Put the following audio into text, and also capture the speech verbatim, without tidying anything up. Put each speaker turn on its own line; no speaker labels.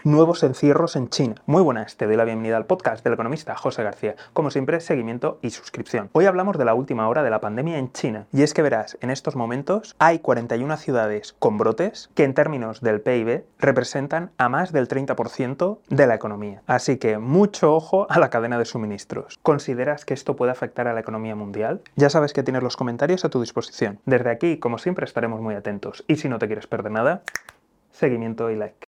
Nuevos encierros en China. Muy buenas, te doy la bienvenida al podcast del economista José García. Como siempre, seguimiento y suscripción. Hoy hablamos de la última hora de la pandemia en China. Y es que verás, en estos momentos hay cuarenta y una ciudades con brotes que en términos del P I B representan a más del treinta por ciento de la economía. Así que mucho ojo a la cadena de suministros. ¿Consideras que esto puede afectar a la economía mundial? Ya sabes que tienes los comentarios a tu disposición. Desde aquí, como siempre, estaremos muy atentos. Y si no te quieres perder nada, seguimiento y like.